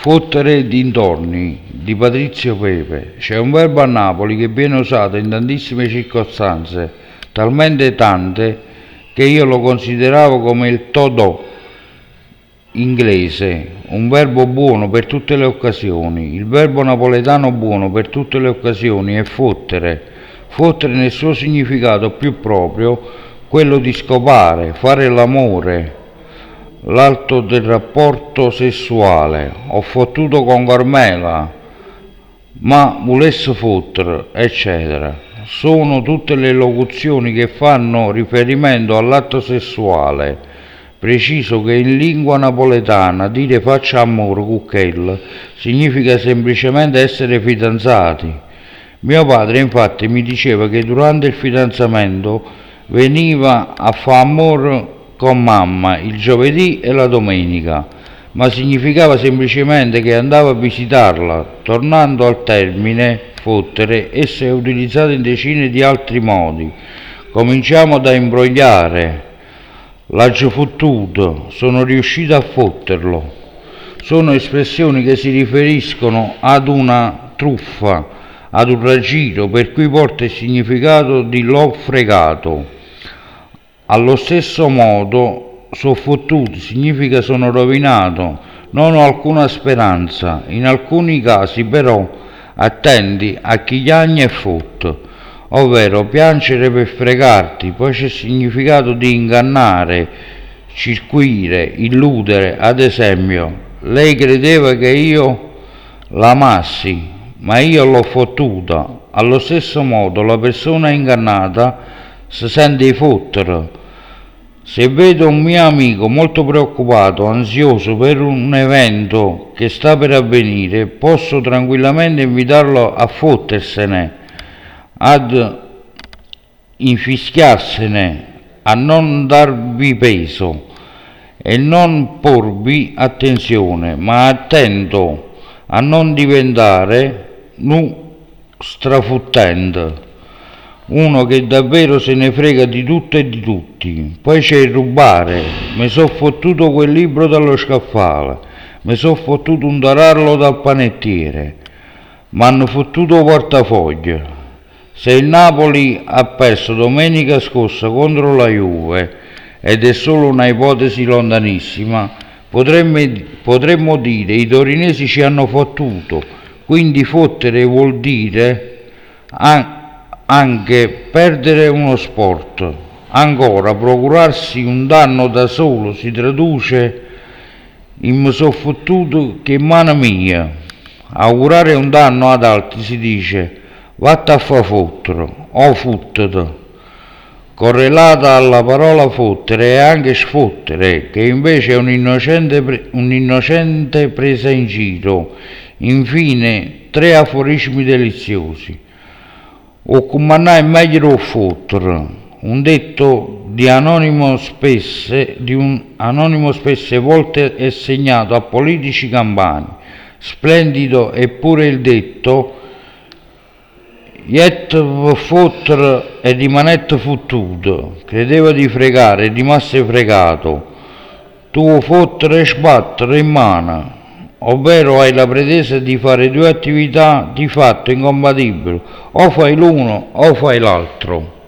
Fottere dintorni di Patrizio Pepe. C'è un verbo a Napoli che viene usato in tantissime circostanze, talmente tante che io lo consideravo come il to-do inglese, un verbo buono per tutte le occasioni. Il verbo napoletano buono per tutte le occasioni è fottere. Fottere nel suo significato più proprio, quello di scopare, fare l'amore, l'atto del rapporto sessuale. Ho fottuto con Carmela, ma volesse fottere, eccetera. Sono tutte le locuzioni che fanno riferimento all'atto sessuale. Preciso che in lingua napoletana dire faccia amore cucchel significa semplicemente essere fidanzati. Mio padre infatti mi diceva che durante il fidanzamento veniva a fare amore con mamma il giovedì e la domenica, ma significava semplicemente che andava a visitarla. Tornando al termine fottere, esso è utilizzato in decine di altri modi. Cominciamo da imbrogliare. L'agio fottuto, sono riuscito a fotterlo. Sono espressioni che si riferiscono ad una truffa, ad un raggiro, per cui porta il significato di l'ho fregato. Allo stesso modo, so fottuto significa sono rovinato, non ho alcuna speranza. In alcuni casi però attendi a chi chiagna e fotte, ovvero piangere per fregarti. Poi c'è il significato di ingannare, circuire, illudere. Ad esempio, lei credeva che io l'amassi, ma io l'ho fottuta. Allo stesso modo la persona ingannata si sente di fottere. Se vedo un mio amico molto preoccupato, ansioso per un evento che sta per avvenire, posso tranquillamente invitarlo a fottersene, ad infischiarsene, a non darvi peso e non porvi attenzione, ma attento a non diventare strafottente, uno che davvero se ne frega di tutto e di tutti. Poi c'è il rubare. Mi so fottuto quel libro dallo scaffale, mi so fottuto un tarallo dal panettiere, m'hanno fottuto portafoglio. Se il Napoli ha perso domenica scorsa contro la Juve, ed è solo una ipotesi lontanissima, potremmo dire i torinesi ci hanno fottuto. Quindi fottere vuol dire anche perdere uno sport. Ancora, procurarsi un danno da solo si traduce in mi so fottuto che mano mia. Augurare un danno ad altri si dice vatta a fa fottere o futtete. Correlata alla parola fottere è anche sfottere, che invece è un'innocente presa in giro. Infine, 3 aforismi deliziosi. O comandare è meglio o fottere, un detto di un anonimo spesse volte è segnato a politici campani. Splendido è pure il detto Iet fottere e rimanette fottuto, credeva di fregare e rimasse fregato. Tu fottere e sbattere in mano, ovvero hai la pretesa di fare 2 attività di fatto incompatibili, o fai l'uno o fai l'altro.